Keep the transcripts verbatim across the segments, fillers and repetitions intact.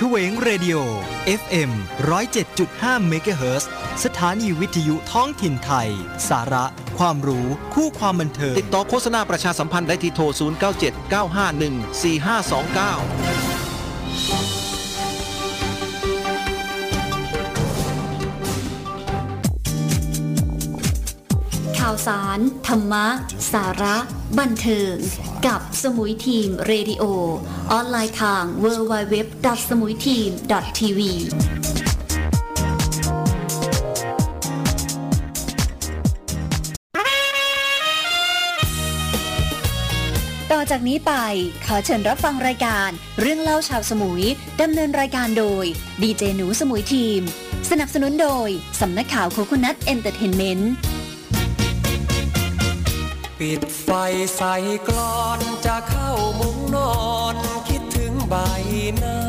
ชเวงเรดิโอ เอฟ เอ็ม หนึ่งศูนย์เจ็ดจุดห้า เมกะเฮิรตซ์ สถานีวิทยุท้องถิ่นไทยสาระความรู้คู่ความบันเทิงติดต่อโฆษณาประชาสัมพันธ์ได้ที่โทรศูนย์ เก้า เจ็ด เก้า ห้า หนึ่ง สี่ ห้า สอง เก้าข่าวสารธรรมะสาระบันเทิงกับสมุยทีมเรดิโอออนไลน์ทาง ดับเบิลยู ดับเบิลยู ดับเบิลยู ดอท สมุยทีม ดอท ที วี ต่อจากนี้ไปขอเชิญรับฟังรายการเรื่องเล่าชาวสมุยดำเนินรายการโดยดีเจหนูสมุยทีมสนับสนุนโดยสำนักข่าวโคคุนัทเอนเตอร์เทนเมนต์ปิดไฟใส่กลอนจะเข้ามุ้งนอนคิดถึงใบหน้า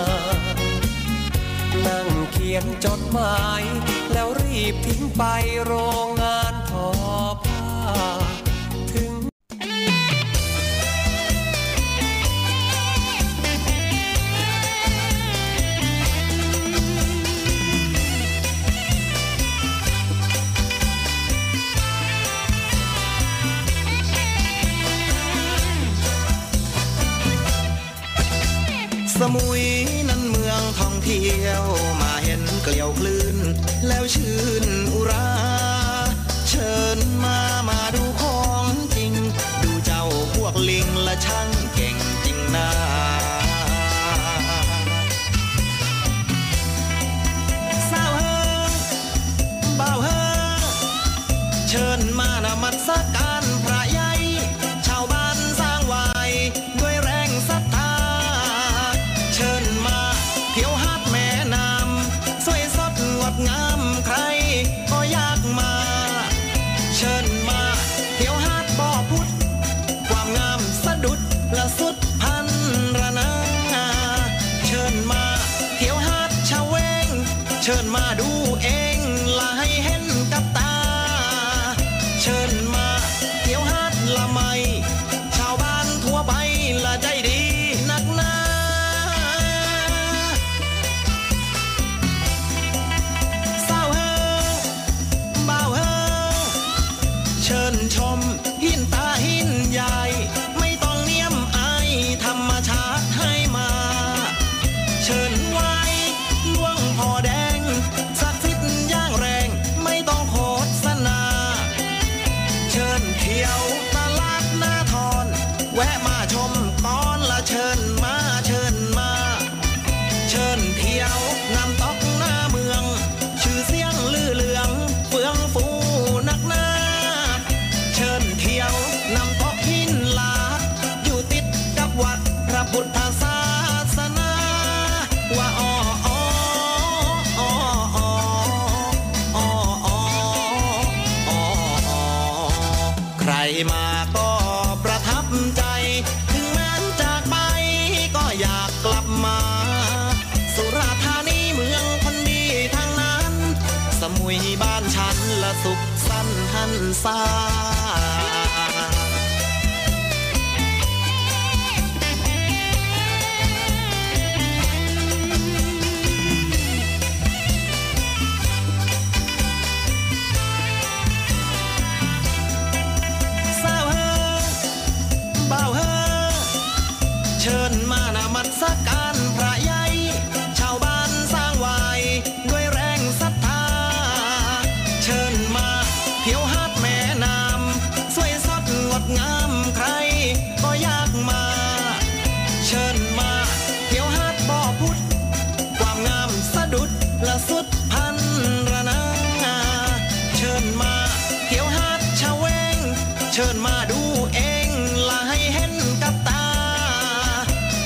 นั่งเขียนจดหมายแล้วรีบทิ้งไปโรงงานทอผ้าถึงสมุยนั้นเมืองท่องเที่ยวมาเห็นเกลียวคลื่นแล้วชื่นอุราเชิญมามาดูของจริงดูเจ้าพวกลิงและช่างเก่งจริงนะสาวเฮงบ่าวเฮงเชิญมานมัสการพระใหญ่ชาวบ้านสร้างไว้ด้วยแรงศรัทธาเชิญมาเที่ยวหาดแม่น้ำสวยสดงดงามใครก็อยากมาเชิญมาเที่ยวหาดบ่อพุธความงามสะดุดและสุดพันรนาเชิญมาเที่ยวหาดชะเวงเชิญมาดูเองและให้เห็นกับตาเชิญมาเที่ยวหาดละไมชาวบ้านทั่วไปละใจดีนักหนาสาวเฮงบ่าวเฮงเชิญชมหินตาหินใหญ่ไม่ต้องเนียมอายธรรมชาติให้มาเชิญไว้ล่วงพ่อแดงศักดิ์สิทธิ์ย่างแรงไม่ต้องโฆษณาเชิญเที่ยวตลาดนาทรแวะมาชมตอนละเชิญมาเชิญมาเชิญเที่ยวน้ำตกหน้าเมืองชื่อเสียงลือเลืองเฟื่องฟูนักหนาเชิญเที่ยวน้ำตกหินลาดอยู่ติดกับวัดพระพุทธศาสนาว่าอ้ออ้ออ้ออ้ออ้ออ้ออ้อใครมาก็ประทับใจถึงแม้จากไปก็อยากกลับมาสุราษฎร์ธานีเมืองคนดีทางนั้นสมุยบ้านฉันละสุขสันต์หันษาสาวเฮงบ่าวเฮงเชิญมานมัสการพระใหญ่ชาวบ้านสร้างไว้ด้วยแรงศรัทธาเชิญมาเที่ยวหาดแม่น้ำสวยสดงดงามใครก็อยากมาเชิญมาเที่ยวหาดบ่อพุธความงามสะดุดและสุดพันรนาเชิญมาเที่ยวหาดชะเวงเชิญมาดูเองและให้เห็นกับตา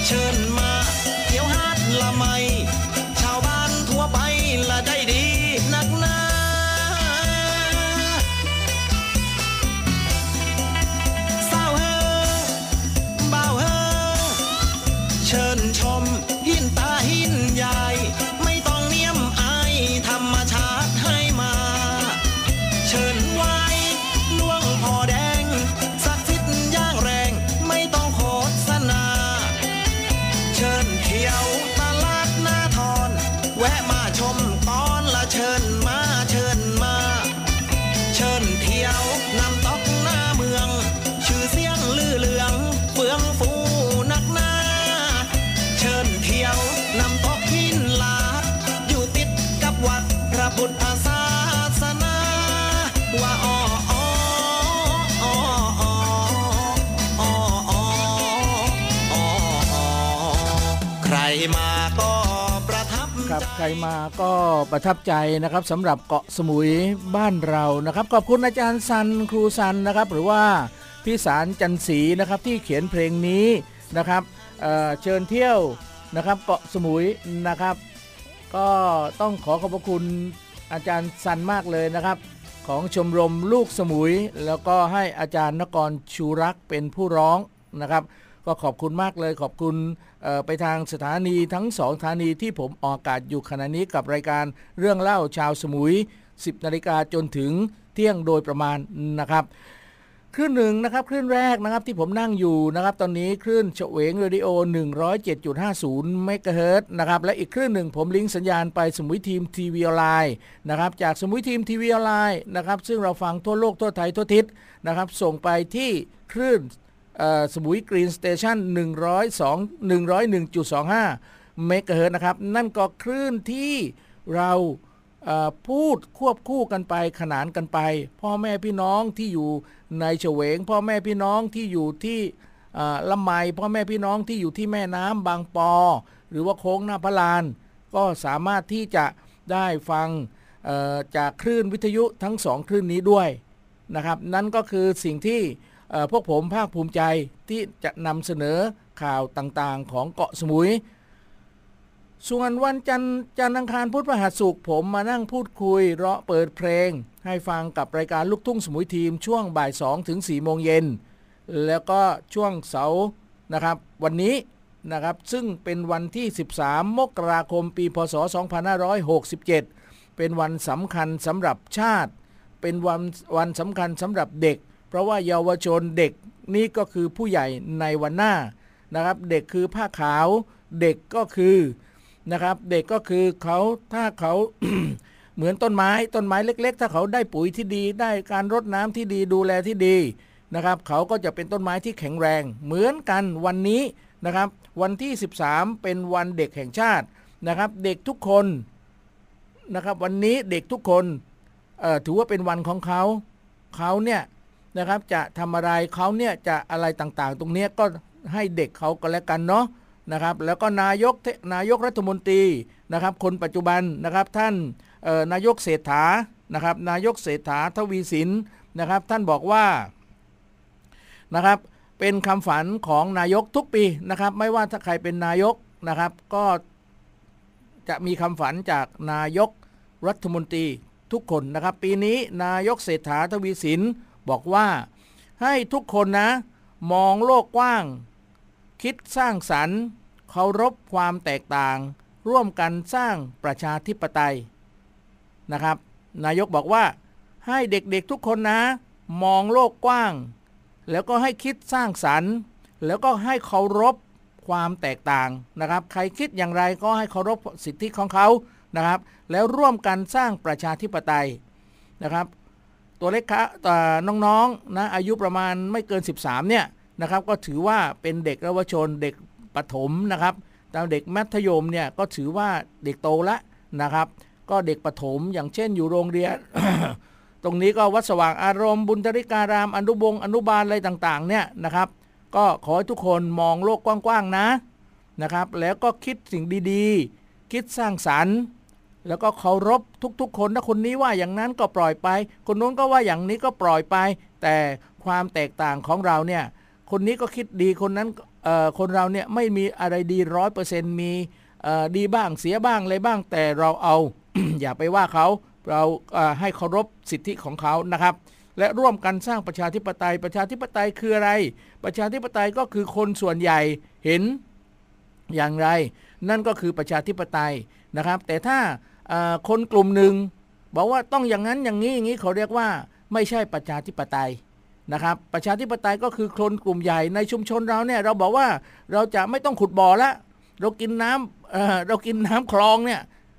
ชมตอนละเชิญมาเชิญมาเชิญเที่ยวนำตอกหน้าเมืองชื่อเสียงลือเลืองเฟื่องฟูนักหนาเชิญเที่ยวนำตอกหินลาดอยู่ติดกับวัดพระพุทธศาสนาว่าอ้ออ้ออ้ออ้ออ้ออ้ออ้อใครมาก็ประทับครับใครมาก็ประทับใจนะครับสำหรับเกาะสมุยบ้านเรานะครับขอบคุณอาจารย์ซันครูซันนะครับหรือว่าพี่สารจันศรีนะครับที่เขียนเพลงนี้นะครับ เอ่อ เชิญเที่ยวนะครับเกาะสมุยนะครับก็ต้องขอขอบพระคุณอาจารย์ซันมากเลยนะครับของชมรมลูกสมุยแล้วก็ให้อาจารย์นกรชูรักเป็นผู้ร้องนะครับก็ขอบคุณมากเลยขอบคุณไปทางสถานีทั้งสองสถานีที่ผมออกอากาศอยู่ขณะนี้กับรายการเรื่องเล่าชาวสมุย สิบนาฬิกาจนถึงเที่ยงโดยประมาณนะครับคลื่นหนึ่งนะครับคลื่นแรกนะครับที่ผมนั่งอยู่นะครับตอนนี้คลื่นเฉวงเรดิโอ หนึ่งร้อยเจ็ดจุดห้าศูนย์ เมกะเฮิรตซ์นะครับและอีกคลื่นหนึ่งผมลิงก์สัญญาณไปสมุยทีมทีวีออนไลน์นะครับจากสมุยทีมทีวีออนไลน์นะครับซึ่งเราฟังทั่วโลกทั่วไทยทั่วทิศนะครับส่งไปที่คลื่นสมุยกรีนสเตชันหนึ่งร้อยสอง หนึ่งร้อยเอ็ดจุดสองห้าเมกะเฮิรตซ์นะครับนั่นก็คลื่นที่เราพูดควบคู่กันไปขนานกันไปพ่อแม่พี่น้องที่อยู่ในเฉวงพ่อแม่พี่น้องที่อยู่ที่ลำไมพ่อแม่พี่น้องที่อยู่ที่แม่น้ำบางปอหรือว่าโค้งหน้าพระลานก็สามารถที่จะได้ฟังจากคลื่นวิทยุทั้งสองคลื่นนี้ด้วยนะครับนั่นก็คือสิ่งที่พวกผมภาคภูมิใจที่จะนำเสนอข่าวต่างๆของเกาะสมุยส่วนวันจันทร์จันทร์อังคารพุธพฤหัสศุกร์ผมมานั่งพูดคุยเราะเปิดเพลงให้ฟังกับรายการลูกทุ่งสมุยทีมช่วงบ่ายสองถึงสี่โมงเย็นแล้วก็ช่วงเสาร์นะครับวันนี้นะครับซึ่งเป็นวันที่สิบสามมกราคมปีพ.ศ. สองพันห้าร้อยหกสิบเจ็ดเป็นวันสำคัญสำหรับชาติเป็นวันวันสำคัญสำหรับเด็กเพราะว่าเยาวชนเด็กนี่ก็คือผู้ใหญ่ในวันหน้านะครับเด็กคือผ้าขาวเด็กก็คือนะครับเด็กก็คือเขาถ้าเขา เหมือนต้นไม้ต้นไม้เล็กๆถ้าเขาได้ปุ๋ยที่ดีได้การรดน้ำที่ดีดูแลที่ดีนะครับเขาก็จะเป็นต้นไม้ที่แข็งแรงเหมือนกันวันนี้นะครับวันที่สิบสามเป็นวันเด็กแห่งชาตินะครับเด็กทุกคนนะครับวันนี้เด็กทุกคนเอ่อถือว่าเป็นวันของเขาเขาเนี่ยนะครับจะทำอะไรเขาเนี่ยจะอะไรต่างๆตรงนี้ก็ให้เด็กเขาก็แล้วกันเนาะนะครับแล้วก็นายกนายกรัฐมนตรีนะครับคนปัจจุบันนะครับท่านนายกเศรษฐานะครับนายกเศรษฐาทวีสินนะครับท่านบอกว่านะครับเป็นคำฝันของนายกทุกปีนะครับไม่ว่าถ้าใครเป็นนายกนะครับก็จะมีคำฝันจากนายกรัฐมนตรีทุกคนนะครับปีนี้นายกเศรษฐาทวีสินบอกว่าให้ทุกคนนะมองโลกกว้างคิดสร้างสรรค์เคารพความแตกต่างร่วมกันสร้างประชาธิปไตยนะครับนายกบอกว่าให้เด็กๆทุกคนนะมองโลกกว้างแล้วก็ให้คิดสร้างสรรค์แล้วก็ให้เคารพความแตกต่างนะครับใครคิดอย่างไรก็ให้เคารพสิทธิของเขานะครับแล้วร่วมกันสร้างประชาธิปไตยนะครับตัวเล็กคะน้องๆนะอายุประมาณไม่เกินสิบสามเนี่ยนะครับก็ถือว่าเป็นเด็กเยาวชนเด็กประถมนะครับแต่เด็กมัธยมเนี่ยก็ถือว่าเด็กโตละนะครับก็เด็กประถมอย่างเช่นอยู่โรงเรียน ตรงนี้ก็วัดสว่างอารมณ์บุญธริการามอนุบงอนุบาลอะไรต่างๆเนี่ยนะครับก็ขอให้ทุกคนมองโลกกว้างๆนะนะครับแล้วก็คิดสิ่งดีๆคิดสร้างสรรค์แล้วก็เคารพทุกๆคนถ้าคนนี้ว่าอย่างนั้นก็ปล่อยไปคนโน้นก็ว่าอย่างนี้ก็ปล่อยไปแต่ความแตกต่างของเราเนี่ยคนนี้ก็คิดดีคนนั้นเอ่อคนเราเนี่ยไม่มีอะไรดี ร้อยเปอร์เซ็นต์ มีเอ่อดีบ้างเสียบ้างอะไรบ้างแต่เราเอา อย่าไปว่าเขาเราเอ่อให้เคารพสิทธิของเขานะครับและร่วมกันสร้างประชาธิปไตยประชาธิปไตยคืออะไรประชาธิปไตยก็คือคนส่วนใหญ่เห็นอย่างไรนั่นก็คือประชาธิปไตยนะครับแต่ถ้าคนกลุ่มหนึ่งบอกว่าต้องอย่างนั้นอย่างนี้อย่างนี้เขาเรียกว่าไม่ใช่ประชาธิปไตยนะครับประชาธิปไตยก็คือคนกลุ่มใหญ่ในชุมชนเราเนี่ยเราบอกว่าเราจะไม่ต้องขุดบ่อละเรากินน้ำ เอ่อ เรากินน้ำคลองเนี่ย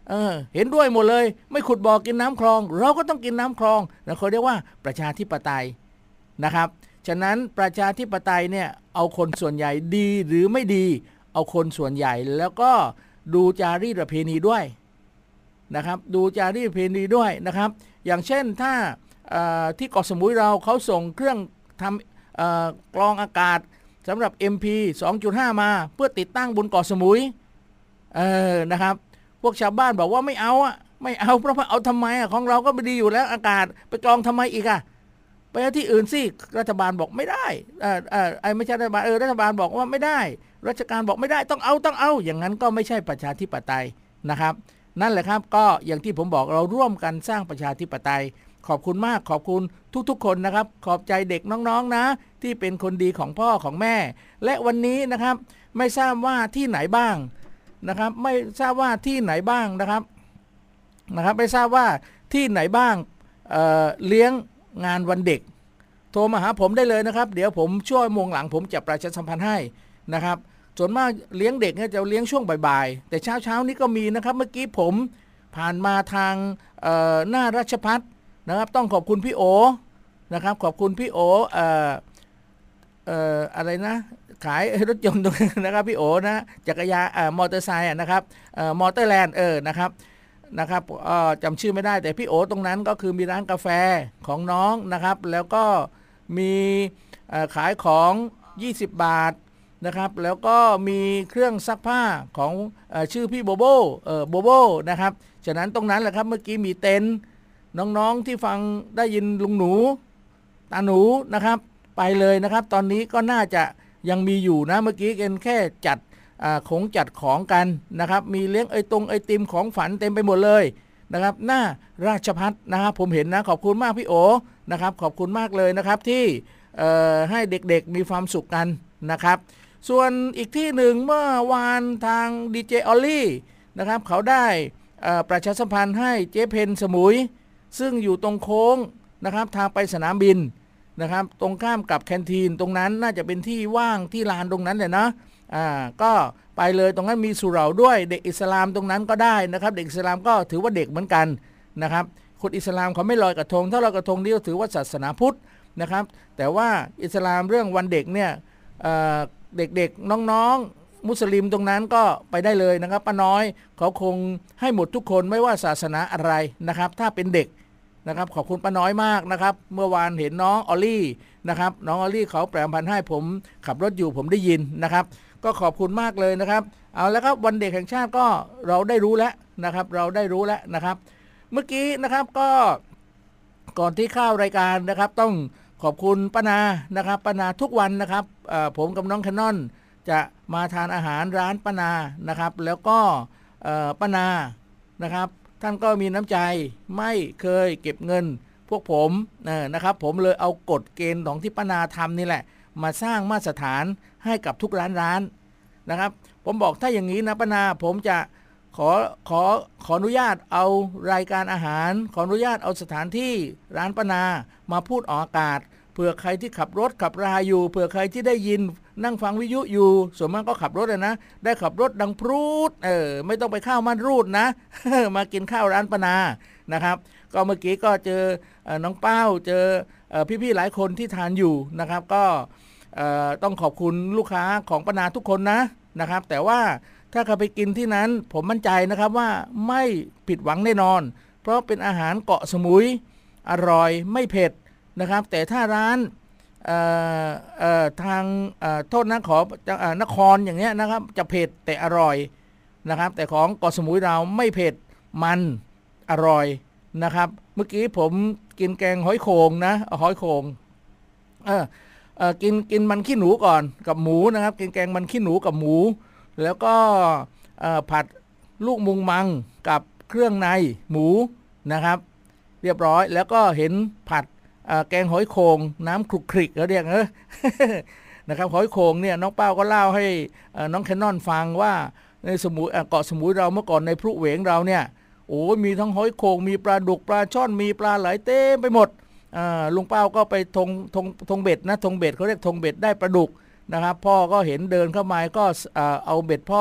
เออเห็นด้วยหมดเลยไม่ขุดบ่อกินน้ำคลองเราก็ต้องกินน้ำคลองนะเขาเรียกว่าประชาธิปไตยนะครับฉะนั้นประชาธิปไตยเนี่ยเอาคนส่วนใหญ่ดีหรือไม่ดีเอาคนส่วนใหญ่แล้วก็ดูจารีตประเพณีด้วยนะครับดูจารีตประเพณีด้วยนะครับอย่างเช่นถ้าที่เกาะสมุยเราเขาส่งเครื่องทำกรองอากาศสำหรับ เอ็ม พี สองจุดห้า มาเพื่อติดตั้งบนเกาะสมุยเออนะครับพวกชาวบ้านบอกว่าไม่เอาอ่ะไม่เอาเพราะว่าเอาทำไมอ่ะของเราก็ไม่ดีอยู่แล้วอากาศไปกรองทำไมอีกอ่ะไปที่อื่นสิรัฐบาลบอกไม่ได้เออเออไอ้ไม่ใช่รัฐบาลเออรัฐบาลบอกว่าไม่ได้ราชการบอกไม่ได้ต้องเอาต้องเอาอย่างนั้นก็ไม่ใช่ประชาธิปไตยนะครับนั่นแหละครับก็อย่างที่ผมบอกเราร่วมกันสร้างประชาธิปไตยขอบคุณมากขอบคุณทุกๆคนนะครับขอบใจเด็กน้องๆนะที่เป็นคนดีของพ่อของแม่และวันนี้นะครับไม่ทราบว่าที่ไหนบ้างนะครับไม่ทราบว่าที่ไหนบ้างนะครับนะครับไม่ทราบว่าที่ไหนบ้าง เอ่อ เลี้ยงงานวันเด็กโทรมาหาผมได้เลยนะครับเดี๋ยวผมช่วยโมงหลังผมจะประชาสัมพันธ์ให้นะครับส่วนมากเลี้ยงเด็กเนี่ยจะเลี้ยงช่วงบ่ายๆแต่เช้าเช้านี้ก็มีนะครับเมื่อกี้ผมผ่านมาทางหน้าราชภัฏนะครับต้องขอบคุณพี่โอนะครับขอบคุณพี่โอเอ่อเอ่ออะไรนะขายรถยนต์ตรงนั้นนะครับพี่โอนะจักรยานเอ่อมอเตอร์ไซค์นะครับเอ่อมอเตอร์แลนด์เออนะครับนะครับเอ่อจำชื่อไม่ได้แต่พี่โอตรงนั้นก็คือมีร้านกาแฟของน้องนะครับแล้วก็มีเอ่อขายของยี่สิบบาทนะครับแล้วก็มีเครื่องซักผ้าของเอ่อชื่อพี่โบโบเอ่อโบโบนะครับฉะนั้นตรงนั้นแหละครับเมื่อกี้มีเต็นท์น้องๆที่ฟังได้ยินลุงหนูตาหนูนะครับไปเลยนะครับตอนนี้ก็น่าจะยังมีอยู่นะเมื่อกี้กันแค่จัดของจัดของกันนะครับมีเลี้ยงไอตรงไอติมของฝันเต็มไปหมดเลยนะครับหน้าราชภัฏนะครับผมเห็นนะขอบคุณมากพี่โอนะครับขอบคุณมากเลยนะครับที่ให้เด็กๆมีความสุขกันนะครับส่วนอีกที่หนึ่งเมื่อวานทางดีเจออลลี่นะครับเขาได้ประชาสัมพันธ์ให้เจ๊เพนสมุยซึ่งอยู่ตรงโค้งนะครับทางไปสนามบินนะครับตรงข้ามกับแคนทีนตรงนั้นน่าจะเป็นที่ว่างที่ลานตรงนั้นเลยนะอ่าก็ไปเลยตรงนั้นมีสุเหร่าด้วยเด็กอิสลามตรงนั้นก็ได้นะครับเด็กอิสลามก็ถือว่าเด็กเหมือนกันนะครับคนอิสลามเขาไม่ลอยกระทงถ้าลอยกระทงนี่ก็ถือว่าศาสนาพุทธนะครับแต่ว่าอิสลามเรื่องวันเด็กเนี่ยเอ่อเด็กๆน้องๆมุสลิมตรงนั้นก็ไปได้เลยนะครับป้าน้อยเขาคงให้หมดทุกคนไม่ว่าศาสนาอะไรนะครับถ้าเป็นเด็กนะครับขอบคุณป้าน้อยมากนะครับเมื่อวานเห็นน้องออลลี่นะครับน้องออลลี่เขาแปลพันธ์ให้ผมขับรถอยู่ผมได้ยินนะครับก็ขอบคุณมากเลยนะครับเอาแล้วครับวันเด็กแห่งชาติก็เราได้รู้แล้วนะครับเราได้รู้แล้วนะครับเมื่อกี้นะครับก็ก่อนที่เข้ารายการนะครับต้องขอบคุณป้านานะครับป้านาทุกวันนะครับผมกับน้องแคนนอนจะมาทานอาหารร้านป้านานะครับแล้วก็ป้านานะครับท่านก็มีน้ำใจไม่เคยเก็บเงินพวกผมนะครับผมเลยเอากฎเกณฑ์ของที่ป้านาทำนี่แหละมาสร้างมาตรฐานให้กับทุกร้านร้านนะครับผมบอกถ้าอย่างนี้นะป้านาผมจะขอขอขออนุญาตเอารายการอาหารขออนุญาตเอาสถานที่ร้านป้านามาพูดออกอากาศเผื่อใครที่ขับรถขับราอยู่เผื่อใครที่ได้ยินนั่งฟังวิทยุอยู่ส่วนมากก็ขับรถเลยนะได้ขับรถดังพรูดเออไม่ต้องไปข้าวมันรูดนะ มากินข้าวร้านป้านานะครับก็เมื่อกี้ก็เจอน้องเป้าเจอพี่ๆหลายคนที่ทานอยู่นะครับก็ต้องขอบคุณลูกค้าของป้านาทุกคนนะนะครับแต่ว่าถ้าใครไปกินที่นั้นผมมั่นใจนะครับว่าไม่ผิดหวังแน่นอนเพราะเป็นอาหารเกาะสมุยอร่อยไม่เผ็ดนะครับแต่ถ้าร้านทางโทษนะขอนครอย่างเงี้ยนะครับจะเผ็ดแต่อร่อยนะครับแต่ของเกาะสมุยเราไม่เผ็ดมันอร่อยนะครับเมื่อกี้ผมกินแกงหอยโข่งนะหอยโข่งเออเออกินกินมันขี้หนูก่อนกับหมูนะครับกินแกงมันขี้หนูกับหมูแล้วก็ผัดลูกมุงมังกับเครื่องในหมูนะครับเรียบร้อยแล้วก็เห็นผัดแกงหอยโข่งน้ำคลุกคลิกเขาเรียกเออ นะครับหอยโข่งเนี่ยน้องเป้าก็เล่าให้น้องแคนนอนฟังว่าในสมุยเกาะสมุยเราเมื่อก่อนในพรุเหวงเราเนี่ยโอ้มีทั้งหอยโข่งมีปลาดุกปลาช่อนมีปลาไหลเต็มไปหมดลุงเป้าก็ไปทงทงทงเบ็ดนะทงเบ็ดเขาเรียกทงเบ็ดได้ปลาดุกนะครับพ่อก็เห็นเดินเข้ามาก็เอาเบ็ดพ่อ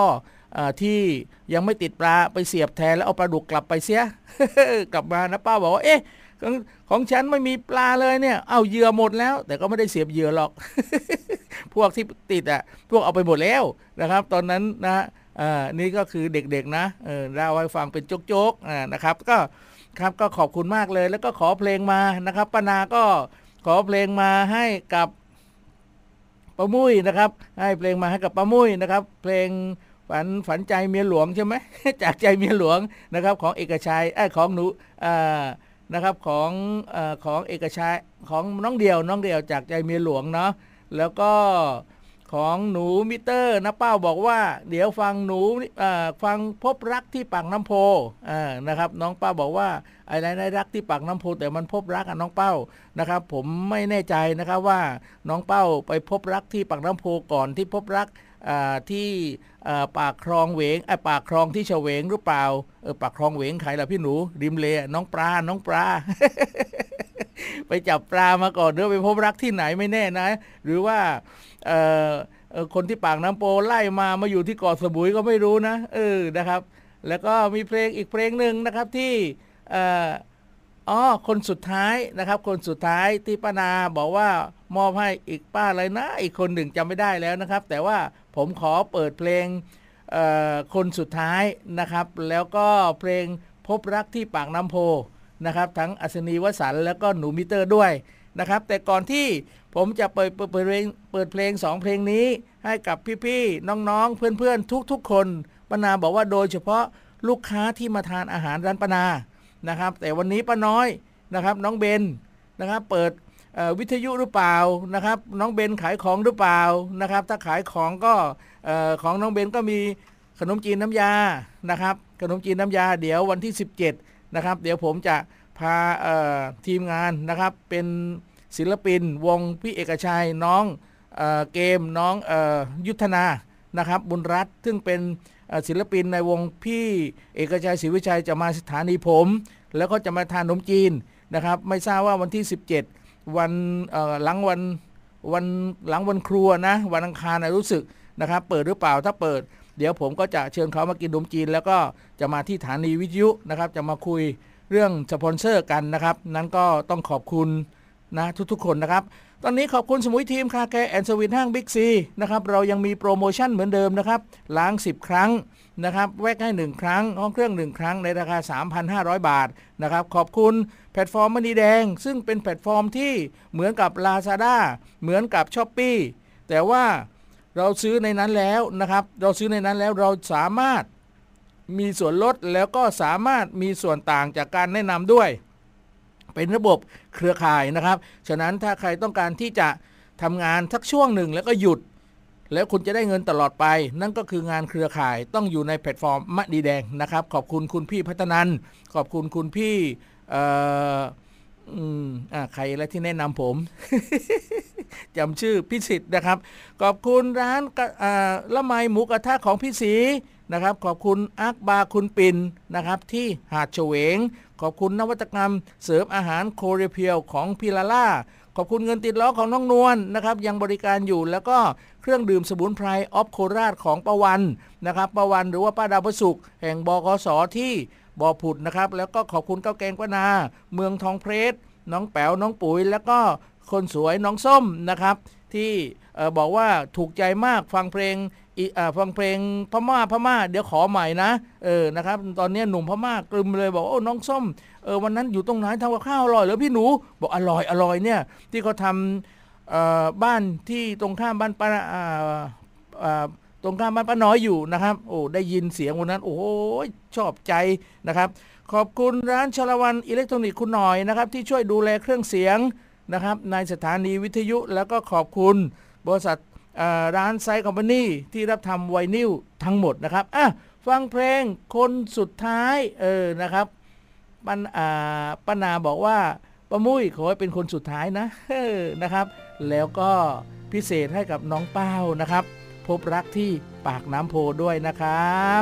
ที่ยังไม่ติดปลาไปเสียบแทนแล้วเอาปลาดุกกลับไปเสีย กลับมานะป้าบอกว่าเอ๊ะของของฉันไม่มีปลาเลยเนี่ยเอาเหยื่อหมดแล้วแต่ก็ไม่ได้เสียบเหยื่อหรอก พวกที่ติดอ่ะพวกเอาไปหมดแล้วนะครับตอนนั้นนะอ่านี่ก็คือเด็กๆนะเออเล่าให้ฟังเป็นโจ๊กๆอ่านะครับก็ครับก็ขอบคุณมากเลยแล้วก็ขอเพลงมานะครับป้านาก็ขอเพลงมาให้กับป้ามุ้ยนะครับให้เพลงมาให้กับป้ามุ้ยนะครับเพลงฝันฝันใจเมียหลวงใช่ไหม จากใจเมียหลวงนะครับของเอกชัยไอ้ของหนูอ่านะครับของเอ่อของเอกชัยของน้องเดี่ยวน้องเดี่ยวจากใจเมียหลวงเนาะแล้วก็ของหนูมิเตอร์นะเป้าบอกว่าเดี๋ยวฟังหนูฟังพบรักที่ปากน้ำโพนะครับน้องเป้าบอกว่าอะไรนะรักที่ปากน้ำโพแต่มันพบรักอ่ะน้องเป้านะครับผมไม่แน่ใจนะครับว่าน้องเป้าไปพบรักที่ปากน้ำโพก่อนที่พบรักที่ปากคลองเหวงไอ้ปากคลองที่เฉวงหรือเปล่าเออปากคลองเหวงใครล่ะพี่หนูริมเลน้องปลาน้องปลา ไปจับปลามาก่อนหรือไปพบรักที่ไหนไม่แน่นะหรือว่าเอ่อคนที่ปากน้ำโพไล่มามาอยู่ที่เกาะสมุยก็ไม่รู้นะเออนะครับแล้วก็มีเพลงอีกเพลงหนึ่งนะครับที่เอ่ออ๋อคนสุดท้ายนะครับคนสุดท้ายที่ป้านาบอกว่ามอบให้อีกป้าอะไรนะอีกคนหนึ่งจำไม่ได้แล้วนะครับแต่ว่าผมขอเปิดเพลงเอ่อคนสุดท้ายนะครับแล้วก็เพลงพบรักที่ปากน้ำโพนะครับทั้งอัศนีวสันต์แล้วก็หนูมิเตอร์ด้วยนะครับแต่ก่อนที่ผมจะเปิดเปิดเพลงเปิดเพลงสองเพลงนี้ให้กับพี่ๆน้องๆเพื่อนๆทุกๆคนป้านาบอกว่าโดยเฉพาะลูกค้าที่มาทานอาหารร้านป้านานะครับแต่วันนี้ป้าน้อยนะครับน้องเบนนะครับเปิดวิทยุหรือเปล่านะครับน้องเบนขายของหรือเปล่านะครับถ้าขายของก็ของน้องเบนก็มีขนมจีนน้ำยานะครับขนมจีนน้ำยาเดี๋ยววันที่สิบเจ็ดนะครับเดี๋ยวผมจะพาทีมงานนะครับเป็นศิลปินวงพี่เอกชัยน้องเออเกมน้องเออยุทธนานะครับบุญรัตน์ซึ่งเป็นศิลปินในวงพี่เอกชัยศรีวิชัยจะมาสถานีผมแล้วก็จะมาทานขนมจีนนะครับไม่ทราบว่าวันที่สิบเจ็ดวันหลังวันวันหลังวันครัวนะวันอังคารนะรู้สึกนะครับเปิดหรือเปล่าถ้าเปิดเดี๋ยวผมก็จะเชิญเขามากินขนมจีนแล้วก็จะมาที่สถานีวิทยุนะครับจะมาคุยเรื่องสปอนเซอร์กันนะครับนั้นก็ต้องขอบคุณนะทุกๆคนนะครับตอนนี้ขอบคุณสมุยทีมคาแคร์แอนด์สวินห้างบิ๊กซีนะครับเรายังมีโปรโมชั่นเหมือนเดิมนะครับล้างสิบครั้งนะครับแวกให้หนึ่งครั้งห้องเครื่องหนึ่งครั้งในราคา สามพันห้าร้อย บาทนะครับขอบคุณแพลตฟอร์มมณีแดงซึ่งเป็นแพลตฟอร์มที่เหมือนกับ Lazada เหมือนกับ Shopee แต่ว่าเราซื้อในนั้นแล้วนะครับเราซื้อในนั้นแล้วเราสามารถมีส่วนลดแล้วก็สามารถมีส่วนต่างจากการแนะนำด้วยเป็นระบบเครือข่ายนะครับฉะนั้นถ้าใครต้องการที่จะทำงานสักช่วงหนึ่งแล้วก็หยุดแล้วคุณจะได้เงินตลอดไปนั่นก็คืองานเครือข่ายต้องอยู่ในแพลตฟอร์มมณีแดงนะครับขอบคุณคุณพี่พัฒนันขอบคุณคุณพี่เอ่ออืมอ่าใครแล้วที่แนะนำผม จำชื่อพี่สิทธิ์นะครับขอบคุณร้านอ่าละไมหมูกระทะของพี่ศรีนะครับขอบคุณอักบาคุณปินนะครับที่หาดเฉวงขอบคุณนวัตกรรมเสริมอาหารโคเรเพียวของพิลาล่าขอบคุณเงินติดล้อของน้องนวลนะครับยังบริการอยู่แล้วก็เครื่องดื่มสมุนไพรออฟโคราชของป้าวันนะครับป้าวันหรือว่าป้าดาวประสุขแห่งบกสที่บ่อผุดนะครับแล้วก็ขอบคุณข้าวแกงป้านาเมืองทองเพรสน้องแป๋วน้องปุ๋ยแล้วก็คนสวยน้องส้มนะครับที่บอกว่าถูกใจมากฟังเพลงฟังเพลงพม่าพม่าเดี๋ยวขอใหม่นะเออนะครับตอนนี้หนุ่มพม่ากลืมเลยบอกโอ้น้องส้มเออวันนั้นอยู่ตรงไหนทำกับข้าวอร่อยเหรอพี่หนูบอกอร่อยอร่อยเนี่ยที่เขาทำบ้านที่ตรงข้ามบ้านป้าตรงข้ามบ้านป้าน้อยอยู่นะครับโอ้ได้ยินเสียงวันนั้นโอ้โหชอบใจนะครับขอบคุณร้านชลวันอิเล็กทรอนิกส์คุณหน่อยนะครับที่ช่วยดูแลเครื่องเสียงนะครับในสถานีวิทยุแล้วก็ขอบคุณบริษัทร้านไซค์คอมพานีที่รับทำไวนิลทั้งหมดนะครับอ่ะฟังเพลงคนสุดท้ายเออนะครับป้าอ่าป้านาบอกว่าป้ามุ้ยขอให้เป็นคนสุดท้ายนะเออนะครับแล้วก็พิเศษให้กับน้องเป้านะครับพบรักที่ปากน้ำโพด้วยนะครับ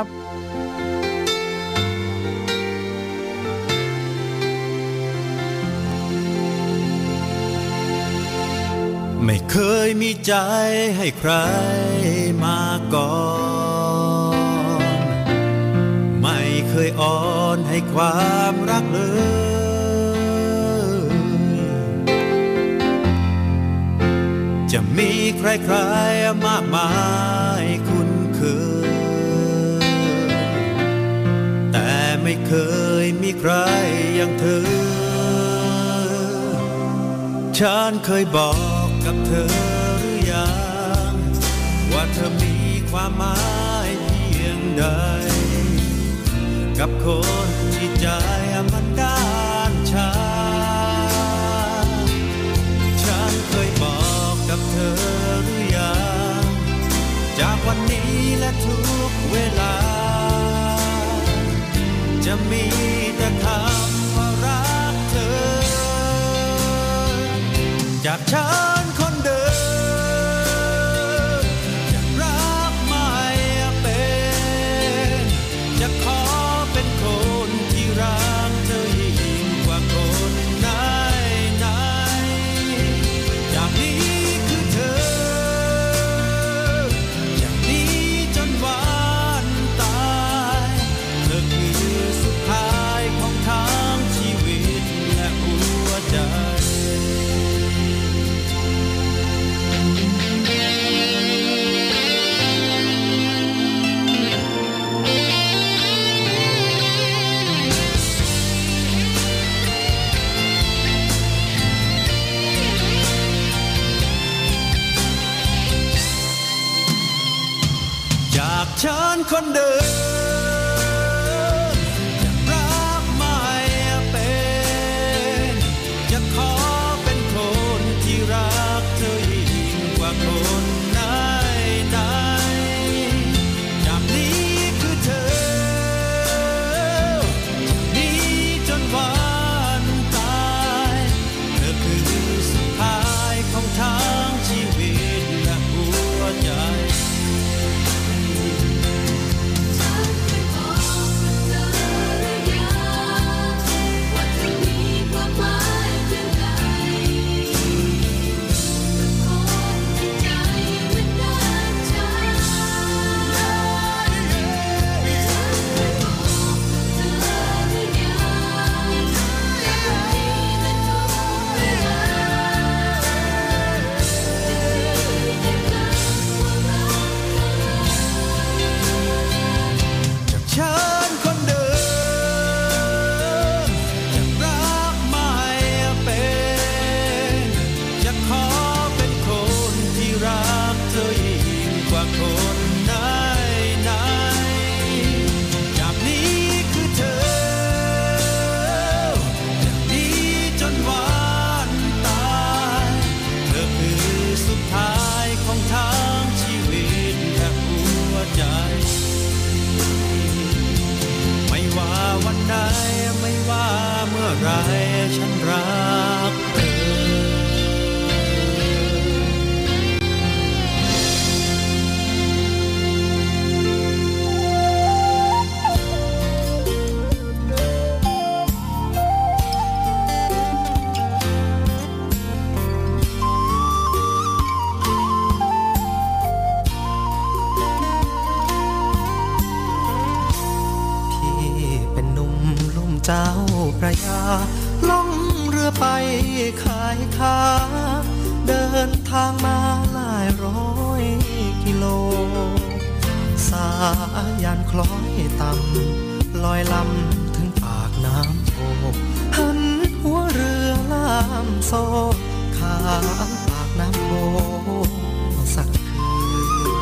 ไม่เคยมีใจให้ใครมาก่อนความรักเลยจะมีใครๆมากมายคุ้นเคยแต่ไม่เคยมีใครอย่างเธอฉันเคยบอกกับเธอหรือยังว่าเธอมีความหมายเพียงใดกับคนที่ใจมันด้านชาฉันเคยบอกกับเธอหรือยังจากวันนี้และทุกเวลาจะมีแต่คำว่ารักเธอจากฉันคนเดิมจะรักไม่เป็นจะขอเป็นคนที่รักเธอยิ่งกว่าคนไหนไหนจากนี้คือเธอจากนี้จนวันตายเธอคือสุดท้ายของทั้งชีวิตและหัวใจจากฉันคนเดิมจะรักไม่เป็นจะขอเป็นคนที่รักเธอยิ่งกว่าคนไหนไหนจากนี้คือเธอนี้จนวันตายเธอคือสุดท้ายของทั้งชีวิตและหัวใจไม่ว่าเมื่อไรฉันรักเธอเจ้าพระยาล่องเรือไปขายค้าเดินทางมาหลายร้อยกิโลสายันคล้อยต่ำลอยลำถึงปากน้ำโพหันหัวเรือล่ามโซ่ข้ามปากน้ำโพสักคืน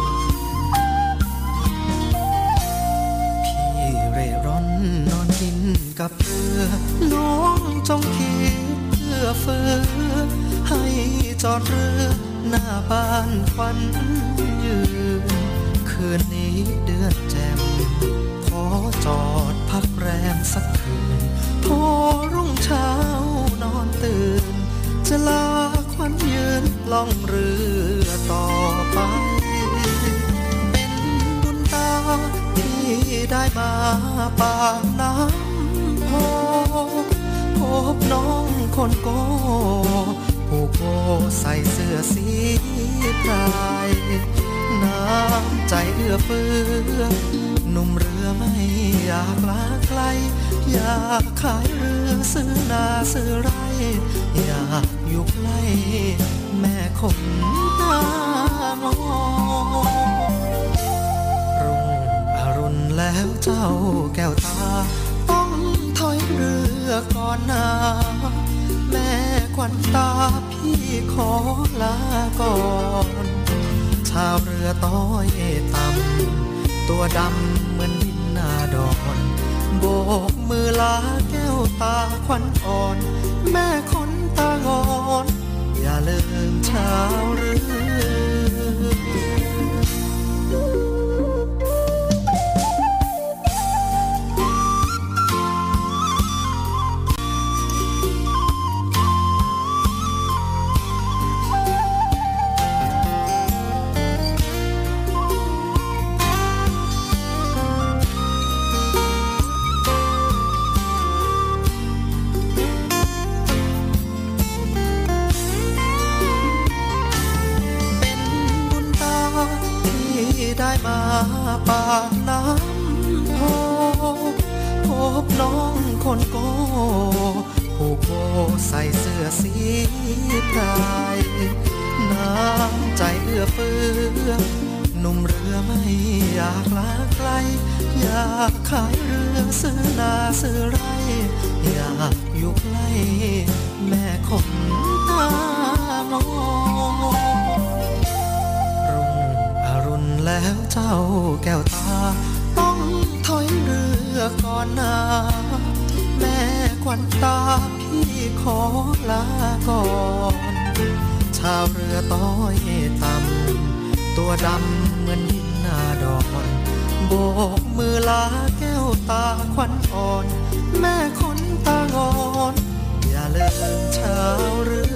พี่เร่ร่อนนอนกินกับเรือน้องจงคิดเพื่อเฟือให้จอดเรือหน้าบ้านควันยืนคืนนี้เดือนแจ่มขอจอดพักแรมสักคืนพอรุ่งเช้านอนตื่นจะลาควันยืนล่องเรือต่อไปเป็นบุญตาที่ได้มาปากน้ำพบน้องคนโกผูกโบใส่เสื้อสีพรายน้ำใจเอื้อเฟื้อหนุ่มเรือไม่อยากลาไกลอยากขายเรือซื้อนาซื้อไร่อยากอยู่ใกล้แม่คนหน้ามองรุ่งอรุณแล้วเจ้าแก้วตาต้องถอยเรือก่อนนาแม่ควันตาพี่ขอลาก่อนชาวเรือต้อยต่ำตัวดำเหมือนดินนาดอนโบกมือลาแก้วตาควันอ่อนแม่คนตางอนอย่าลืมชาวเรือได้มาปากน้ำโพพบน้องคนโกผูกโบใส่เสื้อสีไพรน้ำใจเอื้อเฟื้อหนุ่มเรือไม่อยากลาไกลอยากขายเรือซื้อนาซื้อไร่อยากอยู่ใกล้แม่คนตามองแล้วเจ้าแก้วตาต้องถอยเรือก่อนนาแม่ควันตาพี่ขอลาก่อนชาวเรือต้อยต่ำตัวดำเหมือนดินนาดอนโบกมือลาแก้วตาควันอ่อนแม่คนตางอนอย่าลืมชาวเรือ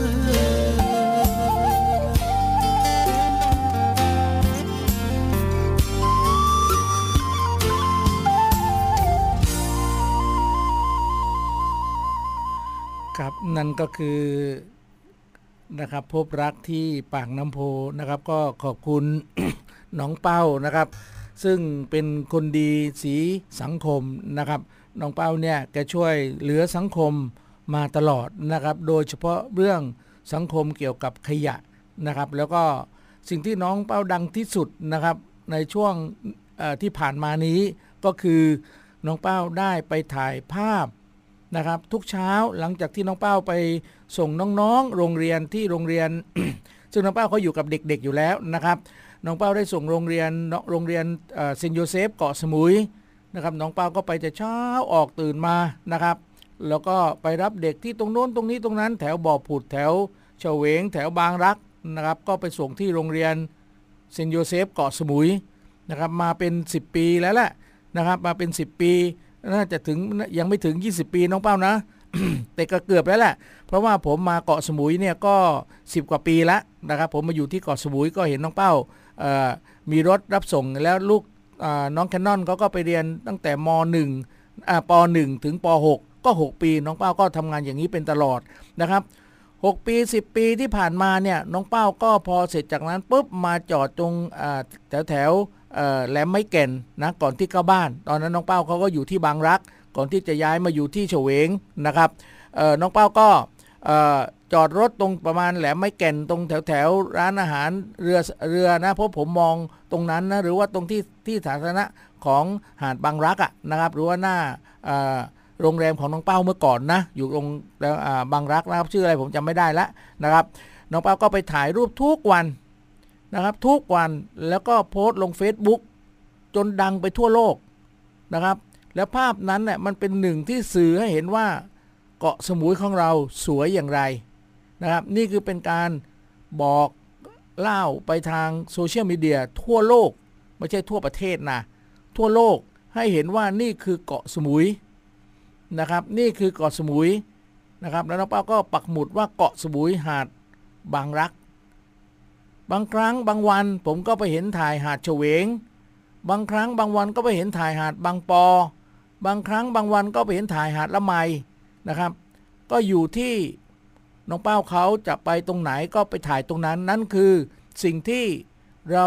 ครับนั่นก็คือนะครับพบรักที่ปากน้ำโพนะครับก็ขอบคุณ น้องเป้านะครับซึ่งเป็นคนดีสีสังคมนะครับน้องเป้าเนี่ยแกช่วยเหลือสังคมมาตลอดนะครับโดยเฉพาะเรื่องสังคมเกี่ยวกับขยะนะครับแล้วก็สิ่งที่น้องเป้าดังที่สุดนะครับในช่วงที่ผ่านมานี้ก็คือน้องเป้าได้ไปถ่ายภาพนะครับทุกเช้าหลังจากที่น้องเป้าไปส่งน้องๆโรงเรียนที่โรงเรียน ซึ่งน้องเป้าเขาอยู่กับเด็กๆอยู่แล้วนะครับน้องเป้าได้ส่งโรงเรียนโรงเรียนเซนต์โยเซฟเกาะสมุยนะครับน้องเป้าก็ไปแต่เช้าออกตื่นมานะครับแล้วก็ไปรับเด็กที่ตรงโน้นตรงนี้ตรงนั้นแถวบ่อผุดแถวเฉวงแถวบางรักนะครับก็ไปส่งที่โรงเรียนเซนต์โยเซฟเกาะสมุยนะครับมาเป็นสิบปีแล้วแหละนะครับมาเป็นสิบปีน่าจะถึงยังไม่ถึงยี่สิบปีน้องเป้านะ แต่ก็เกือบแล้วแหละเพราะว่าผมมาเกาะสมุยเนี่ยก็สิบกว่าปีแล้วนะครับผมมาอยู่ที่เกาะสมุยก็เห็นน้องเป้ามีรถรับส่งแล้วลูกน้องแคนนอนเขาก็ไปเรียนตั้งแต่ม.หนึ่ง อ่าป.หนึ่ง ถึงป.หก ก็หกปีน้องเป้าก็ทำงานอย่างนี้เป็นตลอดนะครับหกปีสิบปีที่ผ่านมาเนี่ยน้องเป้าก็พอเสร็จจากนั้นปุ๊บมาจอดตรงแถวแถวแหลมไม้แก่นนะก่อนที่เข้าบ้านตอนนั้นน้องเป้าเขาก็อยู่ที่บางรักก่อนที่จะย้ายมาอยู่ที่เฉวงนะครับน้องเป้าก็จอดรถตรงประมาณแหลมไม้แก่นตรงแถวแถวร้านอาหารเรือเรือนะเพราะผมมองตรงนั้นนะหรือว่าตรงที่ที่สาธารณะของหาดบางรักอ่ะนะครับหรือว่าหน้าโรงแรมของน้องเป้าเมื่อก่อนนะอยู่ตรงบางรักนะครับชื่ออะไรผมจำไม่ได้ละนะครับน้องเป้าก็ไปถ่ายรูปทุกวันนะครับทุกวันแล้วก็โพสต์ลง Facebook จนดังไปทั่วโลกนะครับแล้วภาพนั้นเนี่ยมันเป็นหนึ่งที่สื่อให้เห็นว่าเกาะสมุยของเราสวยอย่างไรนะครับนี่คือเป็นการบอกเล่าไปทางโซเชียลมีเดียทั่วโลกไม่ใช่ทั่วประเทศนะทั่วโลกให้เห็นว่านี่คือเกาะสมุยนะครับนี่คือเกาะสมุยนะครับแล้วน้องเป้าก็ปักหมุดว่าเกาะสมุยหาดบางรักบางครั้งบางวันผมก็ไปเห็นถ่ายหาดเฉวงบางครั้งบางวันก็ไปเห็นถ่ายหาดบางปอบางครั้งบางวันก็ไปเห็นถ่ายหาดละไมนะครับก็อยู่ที่น้องเป้าเขาจะไปตรงไหนก็ไปถ่ายตรงนั้นนั่นคือสิ่งที่เรา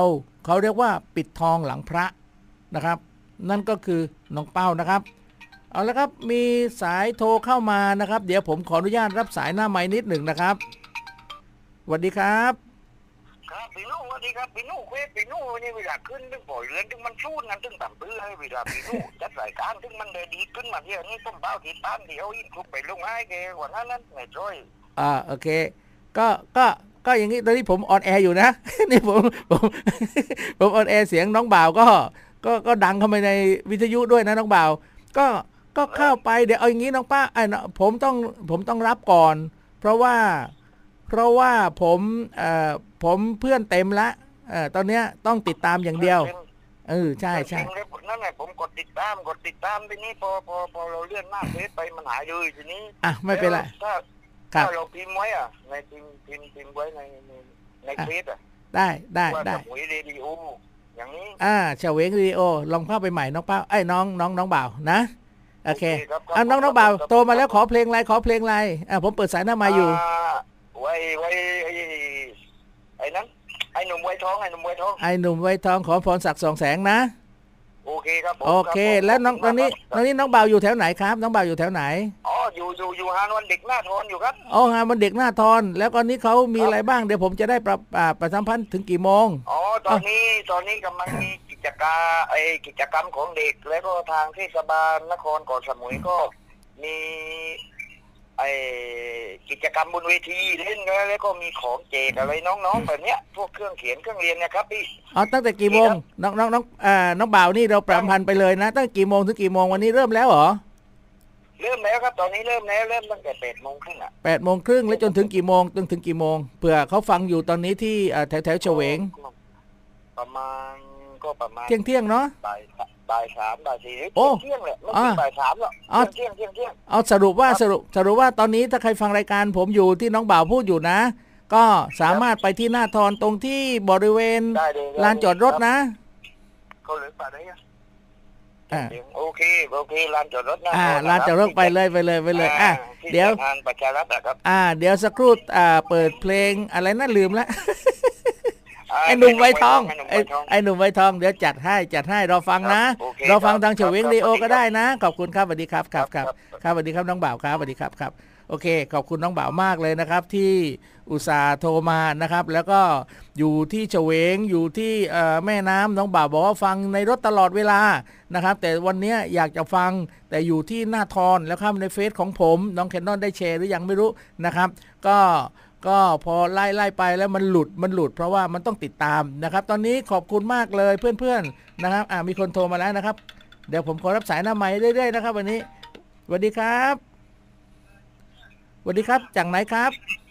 เขาเรียกว่าปิดทองหลังพระนะครับนั่นก็คือน้องเป้านะครับเอาละครับมีสายโทรเข้ามานะครับเดี๋ยวผมขออนุญาตรับสายหน้าไมค์นิดหนึ่งนะครับสวัสดีครับครับพี่นุ่งสวัสดีครับพี่นุ่งเควสพี่นุ่งนี่เวลาขึ้นถึงปล่อยเรือนถึงมันสู้นั่นถึงต่ำตื้อให้เวลาพี่นุ่งจัดรายการถึงมันได้ดีขึ้นมาเที่ยวนี้ต้มเบ้าที่ตั้งเดี๋ยวอินทุกไปลงให้แกวันนั้นนั่นไม่ช่วยอ่าโอเคก็ก็ก็อย่างนี้ตอนนี้ผมออนแอร์อยู่นะ นี่ผมผมผมออนแอร์เสียงน้องบ่าวก็ก็ก็ดังเข้าไปในวิทยุด้วยนะน้องบ่าวก็ก็เข้าไปเดี๋ยวเอาอย่างนี้น้องป้าไอ้ผมต้องผมต้องรับก่อนเพราะว่าเพราะว่าผมเอ่อผมเพื่อนเต็มละเอ่อตอนเนี้ยต้องติดตามอย่างเดียวเออใช่ใช่นั่นแหละผมกดติดตามกดติดตามทีนี้พอพอพอเราเลื่อนหน้าเฟซไปมันหายเลยทีนี้อ่ะไม่เป็นไรถ้าถ้าเราพิมพ์ไว้อ่ะในพิมพ์พิมพ์พิมพ์ไว้ในในเฟซอ่ะได้ได้ได้สมุยเรดิโออย่างนี้อ่าเฉวงเรดิโอลองเข้าไปใหม่น้องเป้าไอ้น้องน้องน้องบ่าวนะโอเคอ่ะน้องน้องบ่าวโตมาแล้วขอเพลงอะไรขอเพลงอะไรอ่ะผมเปิดสายหน้ามาอยู่ไว้ไว้ไอ้ไอ้นั้นไอ้หนุ่มไว้ท้องไอ้หนุ่มไว้ท้องไอ้หนุ่มไว้ท้องขอพรศักดิ์สองแสงนะโอเคครับโอเคแล้วน้องตอนนี้ตอนนี้น้องบ่าวอยู่แถวไหนครับน้องบ่าวอยู่แถวไหนอ๋ออยู่อยู่อยู่งานวันเด็กหน้าทอนอยู่ครับอ๋องานวันเด็กหน้าทอนแล้วตอนนี้เขามีอะไรบ้างเดี๋ยวผมจะได้ประประชาสัมพันธ์ถึงกี่โมงอ๋อตอนนี้ตอนนี้กำลังมีกิจการไอกิจกรรมของเด็กแล้วก็ทางเทศบาลนครเกาะสมุยก็มีไอกิจกรรมบนเวทีเล่นกันแล้วก็มีของแจกอะไรน้องๆแบบเนี้ยพวกเครื่องเขียนเครื่องเรียนนะครับพี่อ๋อตั้งแต่กี่โมงน้องน้องน้องอ่าน้องบ่าวนี่เราประพันธ์ไปเลยนะตั้งกี่โมงถึงกี่โมงวันนี้เริ่มแล้วเหรอเริ่มแล้วครับตอนนี้เริ่มแล้วเริ่มตั้งแต่แปดโมงครึ่งอ่ะแปดโมงครึ่งแล้วจนถึงกี่โมงจนถึงกี่โมงเผื่อเขาฟังอยู่ตอนนี้ที่แถวแถวเฉวงประมาณก็ประมาณเที่ยงเที่ยงเนาะบ่ายบ่ายสามบ่ายสี่เที่ยงแหละไม่ถึงบ่ายสามหรอกเที่ยงเที่ยงเที่ยงเอาสรุปว่าสรุปสรุปว่าตอนนี้ถ้าใครฟังรายการผมอยู่ที่น้องบ่าวพูดอยู่นะก็สามารถไปที่หน้าทอนตรงที่บริเวณลานจอดรถนะเขาเลยป่ะเนี่ยโอเคโอเคลานจอดรถนะอ่าลานจอดรถไปเลยไปเลยไปเลยอ่ะเดี๋ยวทางประชารัฐครับอ่าเดี๋ยวสักครู่อ่าเปิดเพลงอะไรน่าลืมละไอ้หนุ่มไวทองไอ้ไอ้หนุ่มไวทองเดี๋ยวจัดให้จัดให้เราฟังนะเราฟังทางเฉวงเรดิโอก็ได้นะขอบคุณครับสวัสดีครับครับครับครับสวัสดีครับน้องบ่าวครับสวัสดีครับครับโอเคขอบคุณน้องบ่าวมากเลยนะครับที่อุตส่าห์โทรมานะครับแล้วก็อยู่ที่เฉวงอยู่ที่แม่น้ำน้องบ่าวบอกว่าฟังในรถตลอดเวลานะครับแต่วันนี้อยากจะฟังแต่อยู่ที่หน้าทอนแล้วครับในเฟซของผมน้องแคนนอนได้แชร์หรือยังไม่รู้นะครับก็ก็พอไล่ไล่ไปแล้วมันหลุดมันหลุดเพราะว่ามันต้องติดตามนะครับตอนนี้ขอบคุณมากเลยเพื่อนๆนะครับอ่ามีคนโทรมาแล้วนะครับเดี๋ยวผมขอรับสายหน้าไมค์เรื่อยๆนะครับวันนี้สวัสดีครับสวัสดีครับจากไหนครับ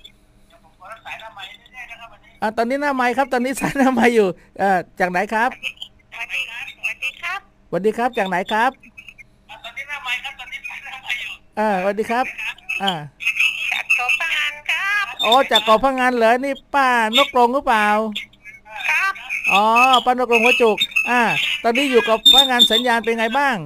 อ่าตอนนี้หน้าไมค์ครับตอนนี้สายหน้าไมค์อยู่อ่าจากไหนครับสวัสดีครับสวัสดีครับสวัสดีครับจากไหนครับตอนนี้หน้าไมค์ครับตอนนี้สายหน้าไมค์อยู่อ่าสวัสดีครับอ่าจากเกาะพะงันครับอ๋อจากเกาะพะงันเหรอนี่ป้านกกรงหรือเปล่าครับอ๋อป้านกกรงหัวจุกอ่าตอนนี้อยู่กับพะงันสัญญาณเป็นไงบ้าง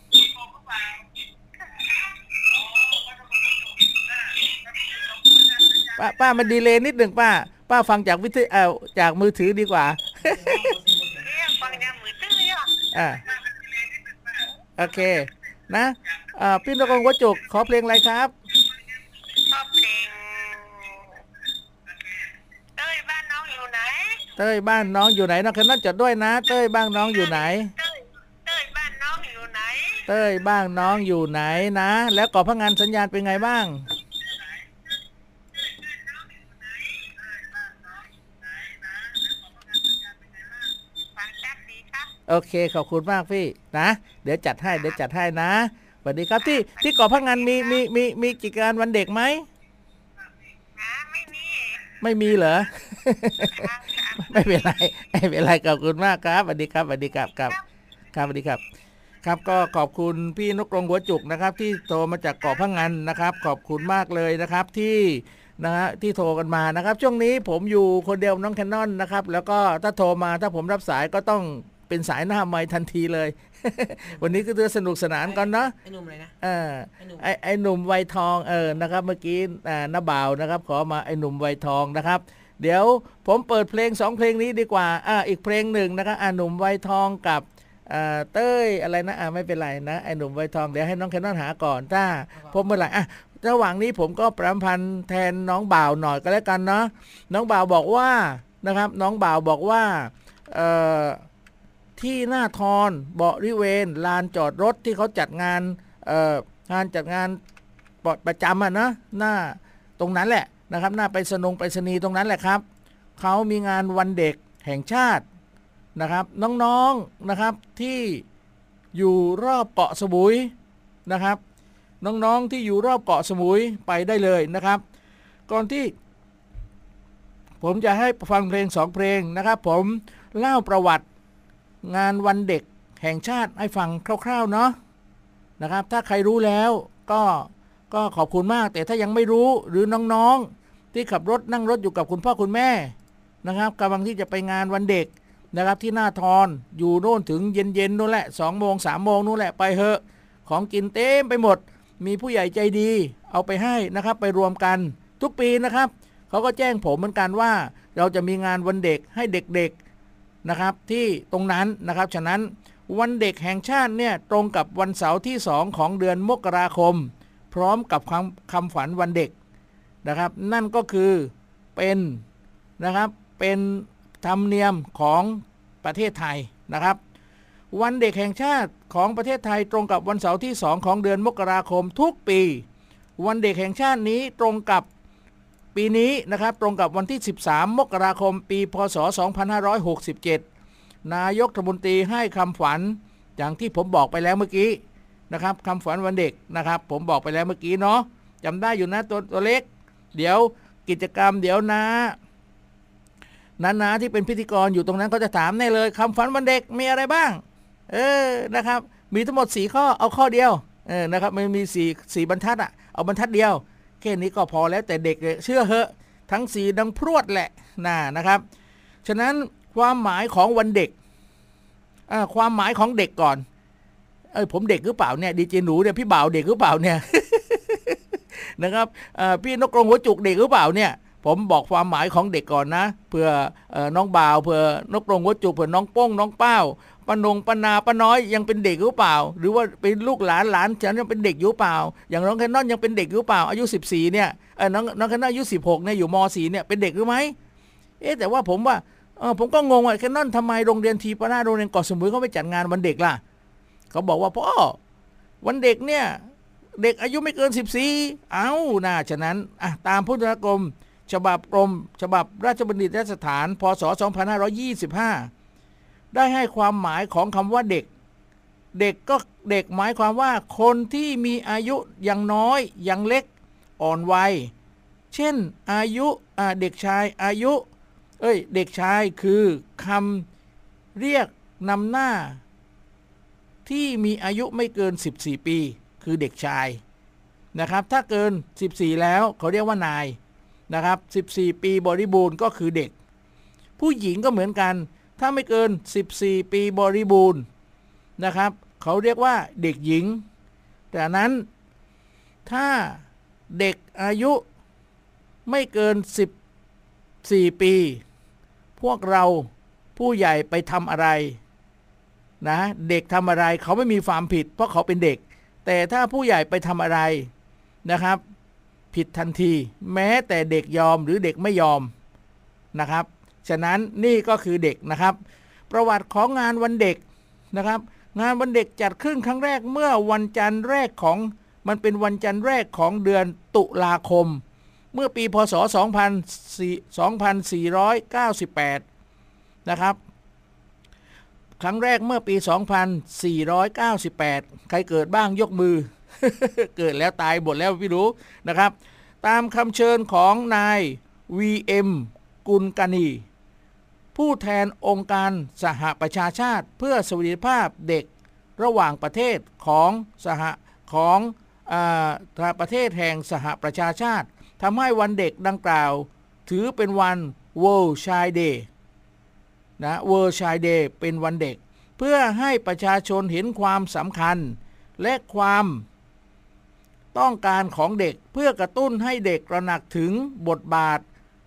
ป้าป้ามันดีเลย์นิดหนึ่งป้าป้าฟังจากวิทยุเอ่อจากมือถือดีกว่าฟังจากมือถืออ่าโอเคนะอ่าพี่นกกรงหัวจุกขอเพลงอะไรครับชอบเพลงเต้ยบ้านน้องอยู่ไหนเต้ยบ้านน้องอยู่ไหนน้องแคนนอนจดด้วยนะเต้ยบ้านน้องอยู่ไหนเต้ยบ้านน้องอยู่ไหนเต้ยบ้านน้องอยู่ไหนนะแล้วเกาะพะงันสัญญาณเป็นไงบ้างโอเคขอบคุณมากพี่นะเดี๋ยวจัดให้เดี๋ยวจัดให้นะสวัสดีครับที่ที่เกาะพะงันมีมีมีมีกิจการวันเด็กไหมไม่มีไม่มีเหรอไม่เป็นไรไม่เป็นไรขอบคุณมากครับสวัสดีครับสวัสดีครับครับครับสวัสดีครับครับก็ขอบคุณพี่นกกรงหัวจุกนะครับที่โทรมาจากเกาะพะงันนะครับขอบคุณมากเลยนะครับที่นะฮะที่โทรกันมานะครับช่วงนี้ผมอยู่คนเดียวน้องแคนนอนนะครับแล้วก็ถ้าโทรมาถ้าผมรับสายก็ต้องเป็นสายหน้าไมค์ทันทีเลยวันนี้ก็จะสนุกสนานกันเนาะไอ้หนุ่มอะไรนะเออไอ้ไอ้หนุ่มไวทองเออนะครับเมื่อกี้อ่าน้าบ่าวนะครับขอมาไอ้หนุ่มไวทองนะครับเดี๋ยวผมเปิดเพลงสองเพลงนี้ดีกว่าอ่าอีกเพลงหนึ่งนะครับอ่าหนุ่มวัยทองกับอ่าเต้ยอะไรนะอ่าไม่เป็นไรนะไอ้หนุ่มวัยทองเดี๋ยวให้น้องแคนนอนหาก่อนถ้าพบเมื่อไหร่อ่ะระหว่างนี้ผมก็ประพันธ์แทนน้องบ่าวหน่อยก็แล้วกันเนาะน้องบ่าวบอกว่านะครับน้องบ่าวบอกว่าเอ่อที่หน้าทอนบริเวณลานจอดรถที่เขาจัดงานเอ่องานจัดงานประจำอ่ะนะหน้าตรงนั้นแหละนะครับหน้าไปสนงไปรษณีย์ตรงนั้นแหละครับเขามีงานวันเด็กแห่งชาตินะครับน้องๆนะครับที่อยู่รอบเกาะสมุยนะครับน้องๆที่อยู่รอบเกาะสมุยไปได้เลยนะครับก่อนที่ผมจะให้ฟังเพลงสองเพลงนะครับผมเล่าประวัติงานวันเด็กแห่งชาติให้ฟังคร่าวๆเนาะนะครับถ้าใครรู้แล้วก็ก็ขอบคุณมากแต่ถ้ายังไม่รู้หรือน้องๆที่ขับรถนั่งรถอยู่กับคุณพ่อคุณแม่นะครับกำลังที่จะไปงานวันเด็กนะครับที่หน้าทอนอยู่โน่นถึงเย็นๆนู่นแหละสองโมงสามโมงนู่นแหละไปเถอะของกินเต็มไปหมดมีผู้ใหญ่ใจดีเอาไปให้นะครับไปรวมกันทุกปีนะครับเขาก็แจ้งผมเหมือนกันว่าเราจะมีงานวันเด็กให้เด็กๆนะครับที่ตรงนั้นนะครับฉะนั้นวันเด็กแห่งชาติเนี่ยตรงกับวันเสาร์ที่สองของเดือนมกราคมพร้อมกับคำคำขวัญวันเด็กนะครับนั่นก็คือเป็นนะครับเป็นธรรมเนียมของประเทศไทยนะครับวันเด็กแห่งชาติของประเทศไทยตรงกับวันเสาร์ที่สองของเดือนมกราคมทุกปีวันเด็กแห่งชาตินี้ตรงกับปีนี้นะครับตรงกับวันที่สิบสามมกราคมปีพ.ศ. สองพันห้าร้อยหกสิบเจ็ดนายกรัฐมนตรีให้คำขวัญอย่างที่ผมบอกไปแล้วเมื่อกี้นะครับคำขวัญวันเด็กนะครับผมบอกไปแล้วเมื่อกี้เนาะจำได้อยู่นะตัวตัวเล็กเดี๋ยวกิจกรรมเดี๋ยวนะนาๆที่เป็นพิธีกรอยู่ตรงนั้นเขาจะถามแน่เลยคำขวัญวันเด็กมีอะไรบ้างเออนะครับมีทั้งหมดสี่ข้อเอาข้อเดียวเออนะครับมันมีสี่สี่บรรทัดอ่ะเอาบรรทัดเดียวแค่นี้ก็พอแล้วแต่เด็กเชื่อเหอะทั้งสี่ดังพรวดแหละน่านะครับฉะนั้นความหมายของวันเด็กอ่าความหมายของเด็กก่อนเออผมเด็กหรือเปล่าเนี่ยดีเจหนูเนี่ยพี่บ่าวเด็กหรือเปล่าเนี่ย นะครับพี่นกกรงหัวจุกเด็กหรือเปล่าเนี่ยผมบอกความหมายของเด็กก่อนนะเพื่อน้องบ่าวเพื่อนกกรงหัวจุกเพื่อน้องป้งน้องเป้าปนงปนาปน้อยยังเป็นเด็กหรือเปล่าหรือว่าเป็นลูกหลานหลานฉันยังเป็นเด็กอยู่เปล่าอย่างน้องแคนนอนยังเป็นเด็กอยู่เปล่าอายุสิบสี่เนี่ยเออน้องน้องแคนนอนอายุสิบหกเนี่ยอยู่ม.สี่เนี่ยเป็นเด็กหรือไม่เอ๊ะแต่ว่าผมว่าเออผมก็งงว่าแคนนอนทำไมโรงเรียนทีปนาโรงเรียนเกาะสมุยเขาไม่จัดงานวันเด็กล่ะเขาบอกว่าพ่อวันเด็กเนี่ยเด็กอายุไม่เกินสิบสี่เอ้าน่าฉะนั้นอ่ะตามพุทธกรมฉบับกรมฉบับราชบัณฑิตยสถานพ.ศ. สองพันห้าร้อยยี่สิบห้าได้ให้ความหมายของคำว่าเด็กเด็กก็เด็กหมายความว่าคนที่มีอายุยังน้อยยังเล็กอ่อนวัยเช่นอายุอ่าเด็กชายอายุเอ้ยเด็กชายคือคำเรียกนำหน้าที่มีอายุไม่เกินสิบสี่ปีคือเด็กชายนะครับถ้าเกินสิบสี่แล้วเขาเรียกว่านายนะครับสิบสี่ปีบริบูรณ์ก็คือเด็กผู้หญิงก็เหมือนกันถ้าไม่เกินสิบสี่ปีบริบูรณ์นะครับเขาเรียกว่าเด็กหญิงแต่นั้นถ้าเด็กอายุไม่เกินสิบสี่ปีพวกเราผู้ใหญ่ไปทำอะไรนะเด็กทำอะไรเขาไม่มีความผิดเพราะเขาเป็นเด็กแต่ถ้าผู้ใหญ่ไปทำอะไรนะครับผิดทันทีแม้แต่เด็กยอมหรือเด็กไม่ยอมนะครับฉะนั้นนี่ก็คือเด็กนะครับประวัติของงานวันเด็กนะครับงานวันเด็กจัดขึ้นครั้งแรกเมื่อวันจันทร์แรกของมันเป็นวันจันทร์แรกของเดือนตุลาคมเมื่อปีพ.ศ. สองพันสี่ร้อยเก้าสิบแปดนะครับครั้งแรกเมื่อปีสองพันสี่ร้อยเก้าสิบแปดใครเกิดบ้างยกมือ เกิดแล้วตายหมดแล้วพี่รู้นะครับตามคำเชิญของนาย วี เอ็ม กุลกานีผู้แทนองค์การสหประชาชาติเพื่อสวัสดิภาพเด็กระหว่างประเทศของสหของอ่าประเทศแห่งสหประชาชาติทำให้วันเด็กดังกล่าวถือเป็นวัน World Child Day นะ World Child Day เป็นวันเด็กเพื่อให้ประชาชนเห็นความสำคัญและความต้องการของเด็กเพื่อกระตุ้นให้เด็กตระหนักถึงบทบาท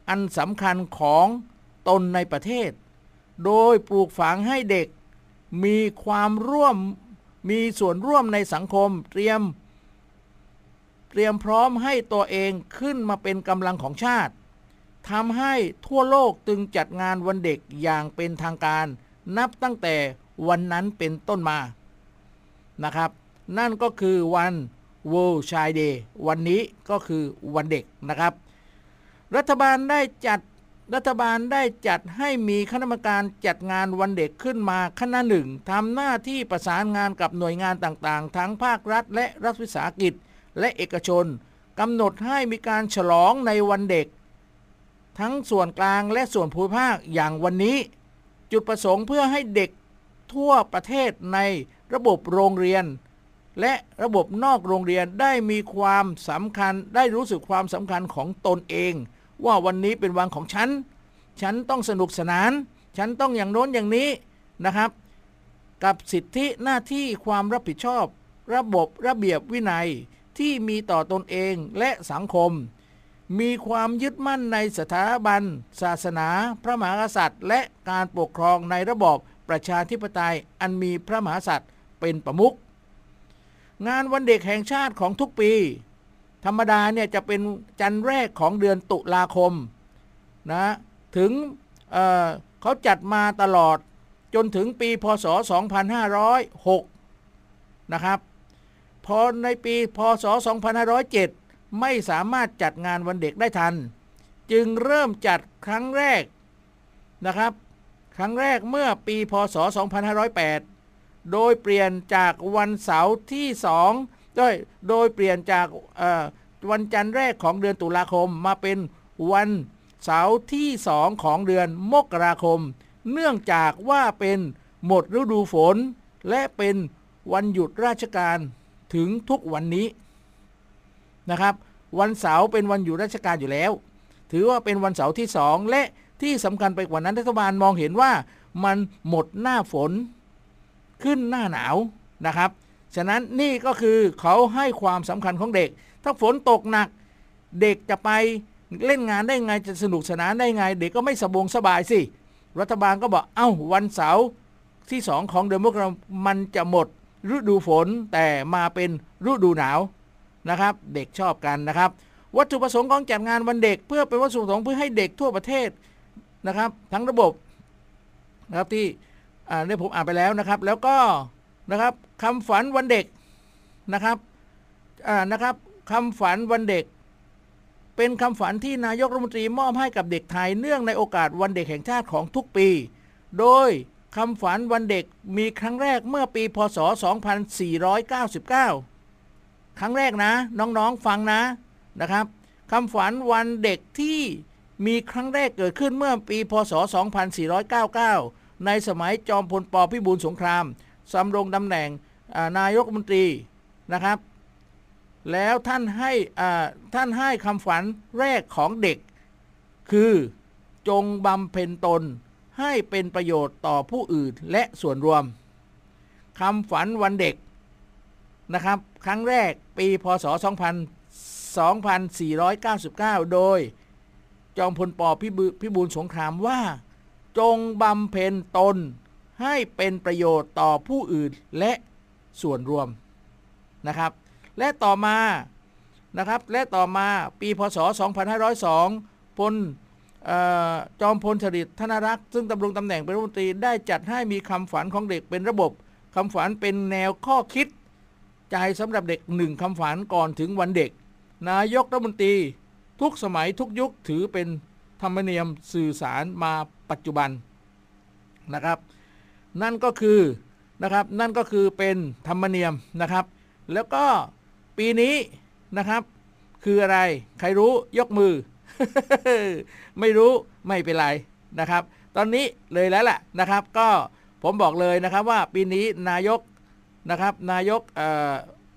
อันสำคัญของตนในประเทศโดยปลูกฝังให้เด็กมีความร่วมมีส่วนร่วมในสังคมเตรียมเตรียมพร้อมให้ตัวเองขึ้นมาเป็นกำลังของชาติทำให้ทั่วโลกตึงจัดงานวันเด็กอย่างเป็นทางการนับตั้งแต่วันนั้นเป็นต้นมานะครับนั่นก็คือวัน World Child Day วันนี้ก็คือวันเด็กนะครับรัฐบาลได้จัดรัฐบาลได้จัดให้มีคณะกรรมการจัดงานวันเด็กขึ้นมาคณะหนึ่งทำหน้าที่ประสานงานกับหน่วยงานต่างๆทั้งภาครัฐและรัฐวิสาหกิจและเอกชนกำหนดให้มีการฉลองในวันเด็กทั้งส่วนกลางและส่วนภูมิภาคอย่างวันนี้จุดประสงค์เพื่อให้เด็กทั่วประเทศในระบบโรงเรียนและระบบนอกโรงเรียนได้มีความสำคัญได้รู้สึกความสำคัญของตนเองว่าวันนี้เป็นวันของฉันฉันต้องสนุกสนานฉันต้องอย่างโน้นอย่างนี้นะครับกับสิทธิหน้าที่ความรับผิดชอบระบบระเบียบวินัยที่มีต่อตนเองและสังคมมีความยึดมั่นในสถาบันศาสนาพระมหากษัตริย์และการปกครองในระบอบประชาธิปไตยอันมีพระมหากษัตริย์เป็นประมุขงานวันเด็กแห่งชาติของทุกปีธรรมดาเนี่ยจะเป็นจันทร์แรกของเดือนตุลาคมนะถึง เอ่อ เขาจัดมาตลอดจนถึงปีพ.ศ. สองพันห้าร้อยหกนะครับพอในปีพ.ศ. สองพันห้าร้อยเจ็ดไม่สามารถจัดงานวันเด็กได้ทันจึงเริ่มจัดครั้งแรกนะครับครั้งแรกเมื่อปีพ.ศ. สองพันห้าร้อยแปดโดยเปลี่ยนจากวันเสาร์ที่สองโดยโดยเปลี่ยนจากวันจันทร์แรกของเดือนตุลาคมมาเป็นวันเสาร์ที่สองของเดือนมกราคมเนื่องจากว่าเป็นหมดฤดูฝนและเป็นวันหยุดราชการถึงทุกวันนี้นะครับวันเสาร์เป็นวันหยุดราชการอยู่แล้วถือว่าเป็นวันเสาร์ที่สองและที่สำคัญไปกว่านั้นรัฐบาลมองเห็นว่ามันหมดหน้าฝนขึ้นหน้าหนาวนะครับฉะนั้นนี่ก็คือเขาให้ความสำคัญของเด็กถ้าฝนตกหนักเด็กจะไปเล่นงานได้ไงจะสนุกสนานได้ไงเด็กก็ไม่สบงสบายสิรัฐบาลก็บอกเอ้าวันเสาร์ที่สองของเดือนมกราคมมันจะหมดฤดูฝนแต่มาเป็นฤดูหนาวนะครับเด็กชอบกันนะครับวัตถุประสงค์ของจัดงานวันเด็กเพื่อเป็นวัตถุประสงค์เพื่อให้เด็กทั่วประเทศนะครับทั้งระบบนะครับที่อ่าได้ผมอ่านไปแล้วนะครับแล้วก็นะครับคำฝันวันเด็กนะครับอ่านะครับคำฝันวันเด็กเป็นคำฝันที่นายกรัฐมนตรีมอบให้กับเด็กไทยเนื่องในโอกาสวันเด็กแห่งชาติของทุกปีโดยคำฝันวันเด็กมีครั้งแรกเมื่อปีพ.ศ. สองพันสี่ร้อยเก้าสิบเก้าครั้งแรกนะน้องๆฟังนะนะครับคำฝันวันเด็กที่มีครั้งแรกเกิดขึ้นเมื่อปีพ.ศ. สองพันสี่ร้อยเก้าสิบเก้าในสมัยจอมพลป.พิบูลสงครามดำรงตำแหน่งนายกรัฐมนตรีนะครับแล้วท่านให้ท่านให้คำฝันแรกของเด็กคือจงบำเพ็ญตนให้เป็นประโยชน์ต่อผู้อื่นและส่วนรวมคำฝันวันเด็กนะครับครั้งแรกปีพ.ศ. สองพันสี่ร้อยเก้าสิบเก้าโดยจอมพลป.พิบูลสงครามว่าจงบำเพ็ญตนให้เป็นประโยชน์ต่อผู้อื่นและส่วนรวมนะครับและต่อมานะครับและต่อมาปีพ.ศ. สองพันห้าร้อยสองพลจอมพลสฤษดิ์ธนรักษ์ซึ่งดำรงตำแหน่งเป็นรัฐมนตรีได้จัดให้มีคำฝันของเด็กเป็นระบบคำฝันเป็นแนวข้อคิดใจสำหรับเด็กหนึ่งคำฝันก่อนถึงวันเด็กนายกรัฐมนตรีทุกสมัยทุกยุคถือเป็นธรรมเนียมสื่อสารมาปัจจุบันนะครับนั่นก็คือนะครับนั่นก็คือเป็นธรรมเนียมนะครับแล้วก็ปีนี้นะครับคืออะไรใครรู้ยกมือ ไม่รู้ไม่เป็นไรนะครับตอนนี้เลยแล้วล่ะนะครับก็ผมบอกเลยนะครับว่าปีนี้นายกนะครับนายกเอ่อ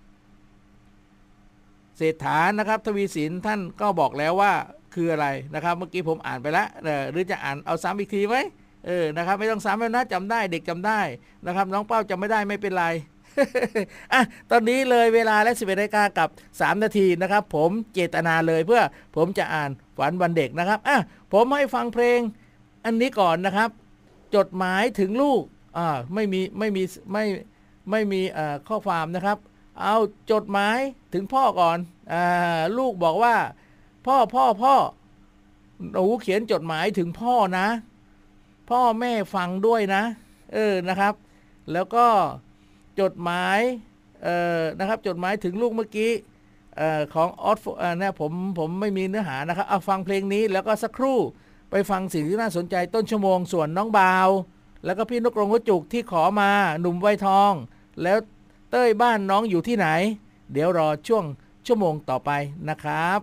เศรษฐานะครับทวีสินท่านก็บอกแล้วว่าคืออะไรนะครับเมื่อกี้ผมอ่านไปแล้วหรือจะอ่านเอาซ้ำอีกทีไหมเออนะครับไม่ต้องซ้ำแล้วนะจำได้เด็กจำได้นะครับน้องเป้าจำไม่ได้ไม่เป็นไรอ่ะตอนนี้เลยเวลาและสิบเอ็ดนาฬิกากับสามนาทีนะครับผมเจตนาเลยเพื่อผมจะอ่านฝันวันเด็กนะครับอ่ะผมให้ฟังเพลงอันนี้ก่อนนะครับจดหมายถึงลูกอ่าไม่มีไม่มีไม่ไม่มีเอ่อข้อความนะครับเอาจดหมายถึงพ่อก่อนอ่าลูกบอกว่าพ่อพ่อพ่อหนูเขียนจดหมายถึงพ่อนะพ่อแม่ฟังด้วยนะเออนะครับแล้วก็จดหมายเอ่อนะครับจดหมายถึงลูกเมื่อกี้เอ่อของออสเอ่อเนี่ยผมผมไม่มีเนื้อหานะครับเอาฟังเพลงนี้แล้วก็สักครู่ไปฟังสิ่งที่น่าสนใจต้นชั่วโมงส่วนน้องบาวแล้วก็พี่นกรงหัวจุกที่ขอมาหนุ่มไวทองแล้วเต้ยบ้านน้องอยู่ที่ไหนเดี๋ยวรอช่วงชั่วโมงต่อไปนะครับ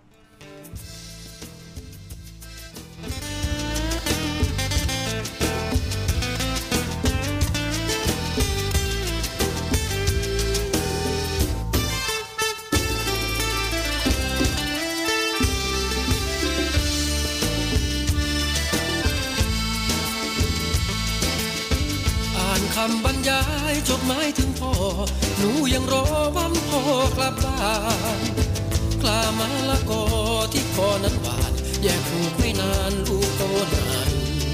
คำบรรยายจดหมายถึงพ่อหนูยังรอวันพ่อกลับบ้านกล้ามาละกอที่คอนั้นหวานแยกผูกไม่นานลูกโตนาน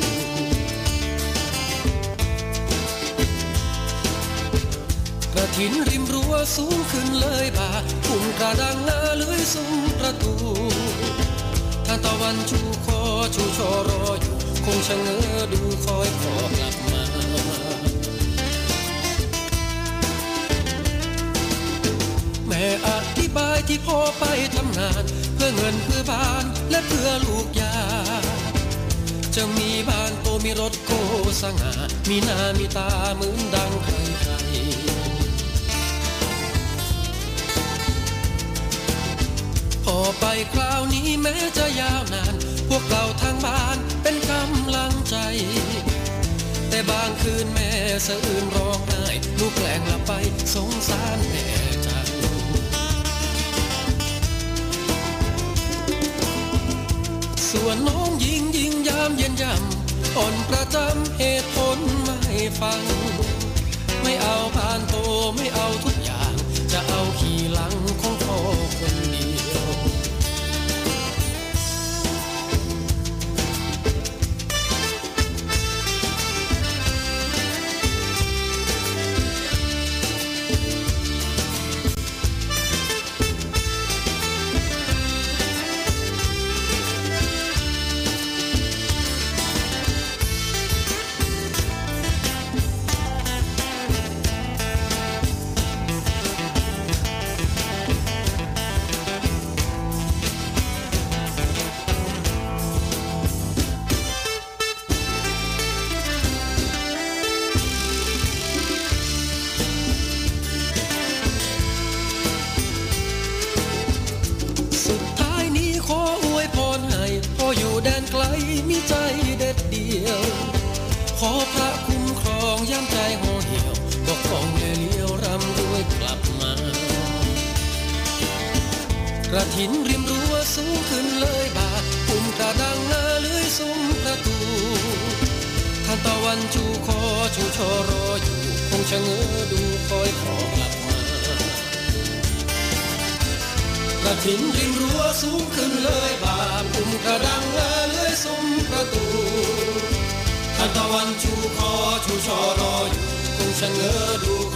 กระถินริมรั้วสูงขึ้นเลยบ่าปุ่มกระดังหน้าเลื้อยซุ้มประตูทานตะวันชูคอชูชอรออยู่คงชะเง้อดูคอยขอกลับมาแม่อธิบายที่พ่อไปทำงานเพื่อเงินเพื่อบ้านและเพื่อลูกยาจะมีบ้านโตมีรถโกสง่ามีหน้ามีตาเหมือนดังใครใครพอไปคราวนี้แม้จะยาวนานพวกเราทางบ้านเป็นกำลังใจแต่บางคืนแม่สะอื้นร้องไห้ลูกแกล้งหลับไปสงสารแม่จังส่วนน้องยิงยิงยามเย็นยำอ่อนประจำเหตุผลไม่ฟังไม่เอาผ่านโตไม่เอาทุกอย่างจะเอาขี่หลังของพ่อคนเดียวมีใจเด็ดเดียวขอพระคุ้มครองย้ำใจห่อเหี่ยวบอกของเลี้ยวรำด้วยกลับมากระถินริมรั้วสูงขึ้นเลยบาทปุ่มกระดังหน้าเลื้อยซุ้มประตูทานตะวันชูคอชูชอรออยู่คงชะเง้อดูคอยขอกลับมากระถินริมรั้วสูงขึ้นเลยบาทปุ่มกระดังหน้าเลื้อยซุ้มประตูทานตะวันชูคอชูชอรออยู่คงชะเง้อดู